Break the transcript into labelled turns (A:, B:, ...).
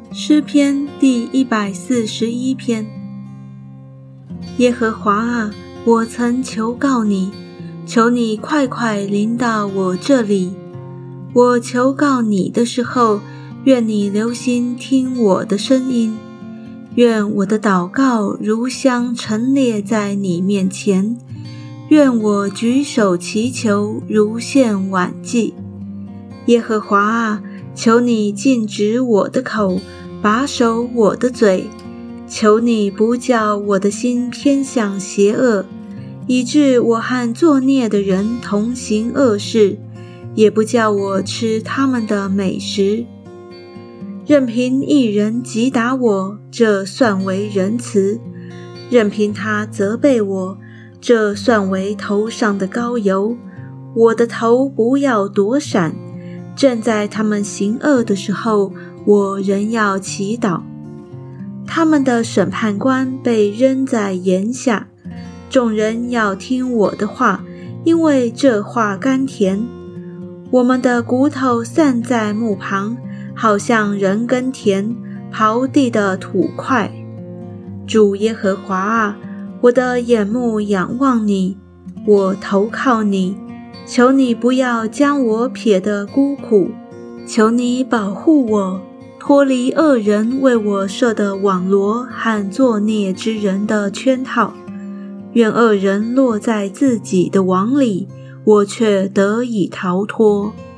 A: 诗篇第141篇。耶和华啊，我曾求告你，求你快快临到我这里。我求告你的时候，愿你留心听我的声音，愿我的祷告如香陈列在你面前，愿我举手祈求如献晚祭。耶和华啊，求你禁止我的口，把守我的嘴，求你不叫我的心偏向邪恶，以致我和作孽的人同行恶事，也不叫我吃他们的美食。任凭一人击打我，这算为仁慈；任凭他责备我，这算为头上的膏油。我的头不要躲闪，正在他们行恶的时候，我仍要祈祷。他们的审判官被扔在岩下，众人要听我的话，因为这话甘甜。我们的骨头散在墓旁，好像人耕田刨地的土块。主耶和华啊，我的眼目仰望你，我投靠你，求你不要将我撇得孤苦，求你保护我，脱离恶人为我设的网罗和作孽之人的圈套。愿恶人落在自己的网里，我却得以逃脱。